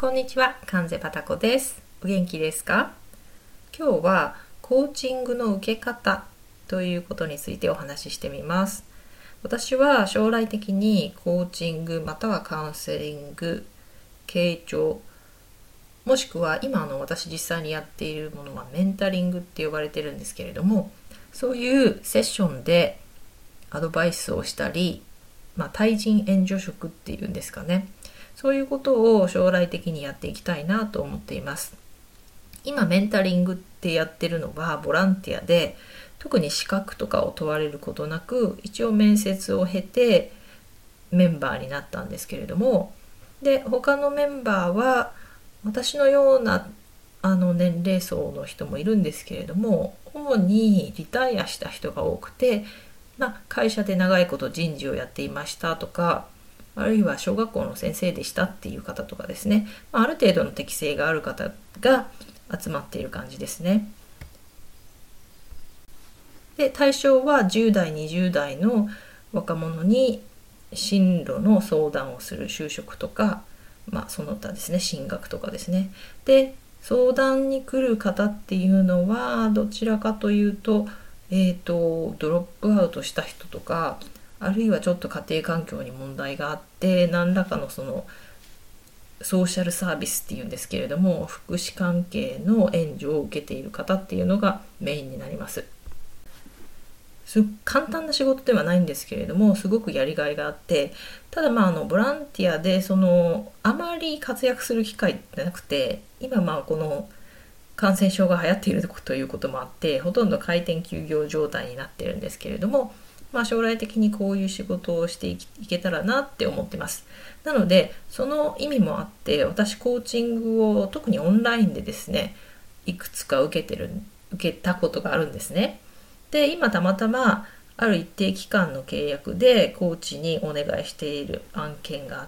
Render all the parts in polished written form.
こんにちは、関瀬パタコです。お元気ですか？今日はコーチングの受け方ということについてお話ししてみます。私は将来的にコーチングまたはカウンセリング、傾聴、もしくは今私実際にやっているものはメンタリングって呼ばれてるんですけれども、そういうセッションでアドバイスをしたり、対人援助職っていうんですかね。そういうことを将来的にやっていきたいなと思っています。今メンタリングってやってるのはボランティアで、特に資格とかを問われることなく、一応面接を経てメンバーになったんですけれども、で他のメンバーは私のような年齢層の人もいるんですけれども、主にリタイアした人が多くて、会社で長いこと人事をやっていましたとか、あるいは小学校の先生でしたっていう方とかですね、ある程度の適性がある方が集まっている感じですね。で、対象は10代、20代の若者に進路の相談をする、就職とか、その他ですね、進学とかですね。で、相談に来る方っていうのはどちらかというと、ドロップアウトした人とか、あるいはちょっと家庭環境に問題があって何らかのそのソーシャルサービスっていうんですけれども、福祉関係の援助を受けている方っていうのがメインになります。簡単な仕事ではないんですけれども、すごくやりがいがあって、ただボランティアであまり活躍する機会ってなくて、今この感染症が流行っているということもあって、ほとんど開店休業状態になっているんですけれども、将来的にこういう仕事をしていけたらなって思ってます。なのでその意味もあって、私コーチングを特にオンラインでですね、いくつか受けたことがあるんですね。で、今たまたまある一定期間の契約でコーチにお願いしている案件があって、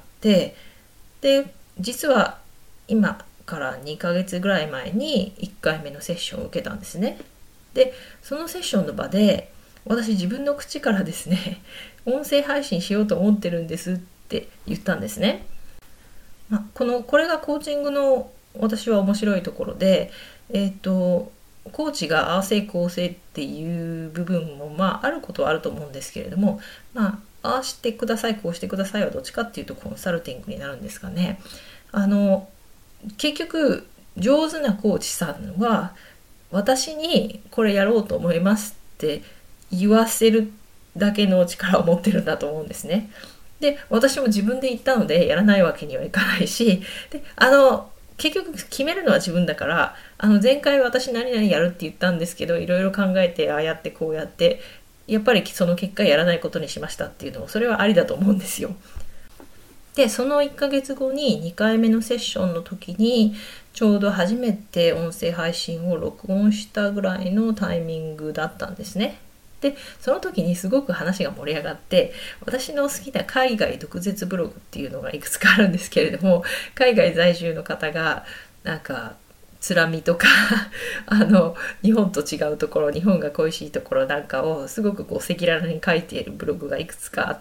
で実は今から2ヶ月ぐらい前に1回目のセッションを受けたんですね。でそのセッションの場で、私自分の口からですね、音声配信しようと思ってるんですって言ったんですね。これがコーチングの私は面白いところで、コーチがああせいこうせいっていう部分もあることはあると思うんですけれども、ああしてくださいこうしてくださいはどっちかっていうとコンサルティングになるんですかね。結局上手なコーチさんは私にこれやろうと思いますって言わせるだけの力を持ってるんだと思うんですね。で、私も自分で言ったのでやらないわけにはいかないし、で結局決めるのは自分だから、前回私何々やるって言ったんですけど、いろいろ考えてああやってこうやってやっぱりその結果やらないことにしましたっていうのも、それはありだと思うんですよ。でその1ヶ月後に2回目のセッションの時に、ちょうど初めて音声配信を録音したぐらいのタイミングだったんですね。でその時にすごく話が盛り上がって、私の好きな海外毒舌ブログっていうのがいくつかあるんですけれども、海外在住の方がつらみとか日本と違うところ、日本が恋しいところなんかをすごく赤裸々に書いているブログがいくつかあって、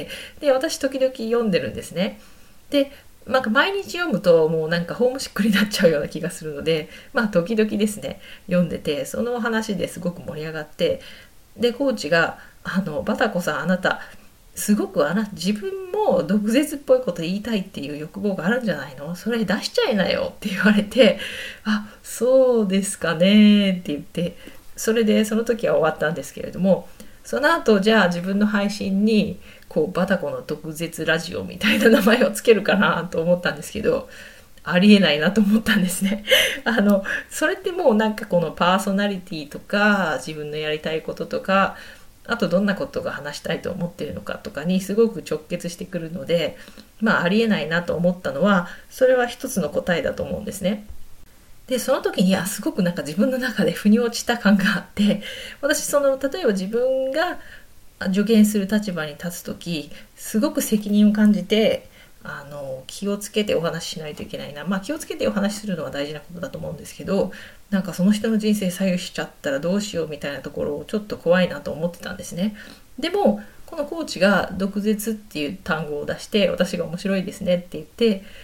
で私時々読んでるんですね。で毎日読むともうホームシックになっちゃうような気がするので、時々ですね読んでて、その話ですごく盛り上がって、でコーチがバタコさん、あなたすごく自分も毒舌っぽいこと言いたいっていう欲望があるんじゃないの？それ出しちゃいなよって言われて、あ、そうですかねって言って、それでその時は終わったんですけれども、その後じゃあ自分の配信にバタコの毒舌ラジオみたいな名前をつけるかなと思ったんですけど、ありえないなと思ったんですね。それってもうこのパーソナリティとか自分のやりたいこととか、あとどんなことが話したいと思っているのかとかにすごく直結してくるので、ありえないなと思ったのは、それは一つの答えだと思うんですね。でその時にすごく自分の中で腑に落ちた感があって、私例えば自分が助言する立場に立つ時、すごく責任を感じて、気をつけてお話ししないといけないな、気をつけてお話しするのは大事なことだと思うんですけど、その人の人生左右しちゃったらどうしようみたいなところをちょっと怖いなと思ってたんですね。でもこのコーチが毒舌っていう単語を出して、私が面白いですねって言って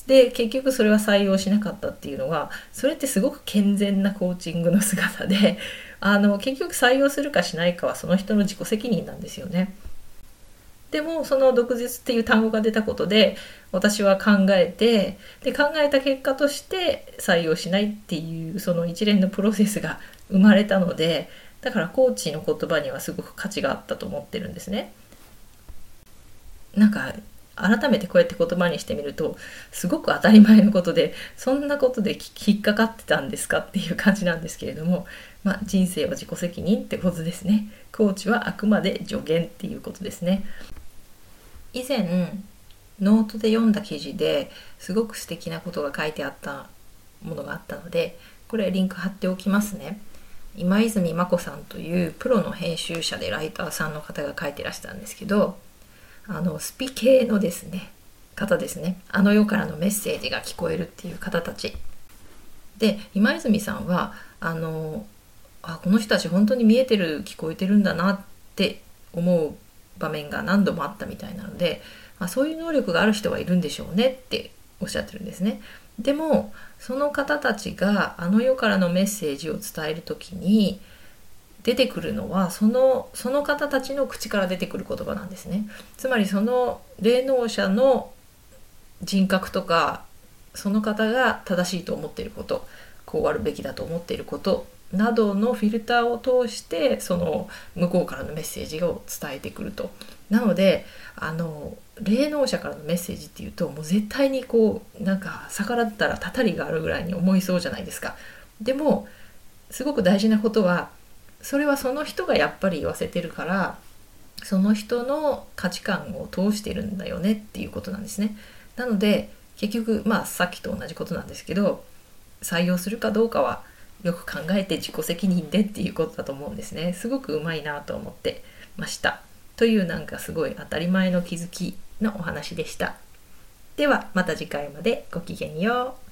で結局それは採用しなかったっていうのは、それってすごく健全なコーチングの姿で結局採用するかしないかはその人の自己責任なんですよね。でもその毒舌っていう単語が出たことで私は考えて、で考えた結果として採用しないっていうその一連のプロセスが生まれたので、だからコーチの言葉にはすごく価値があったと思ってるんですね。なんか改めてこうやって言葉にしてみるとすごく当たり前のことで、そんなことで引っかかってたんですかっていう感じなんですけれども、人生は自己責任ってことですね。コーチはあくまで助言っていうことですね。以前ノートで読んだ記事ですごく素敵なことが書いてあったものがあったので、これリンク貼っておきますね。今泉真子さんというプロの編集者でライターさんの方が書いてらしたんですけど、スピ系のですね方ですね、あの世からのメッセージが聞こえるっていう方たちで、今泉さんはこの人たち本当に見えてる聞こえてるんだなって思う場面が何度もあったみたいなので、そういう能力がある人はいるんでしょうねっておっしゃってるんですね。でもその方たちがあの世からのメッセージを伝えるときに出てくるのはその方たちの口から出てくる言葉なんですね。つまりその霊能者の人格とか、その方が正しいと思っていること、こうあるべきだと思っていることなどのフィルターを通してその向こうからのメッセージを伝えてくると。なので霊能者からのメッセージっていうともう絶対にこうなんか逆らったらたたりがあるぐらいに思いそうじゃないですか。でもすごく大事なことは、それはその人がやっぱり言わせてるから、その人の価値観を通してるんだよねっていうことなんですね。なので結局さっきと同じことなんですけど、採用するかどうかはよく考えて自己責任でっていうことだと思うんですね。すごくうまいなと思ってました。というなんかすごい当たり前の気づきのお話でした。ではまた次回までごきげんよう。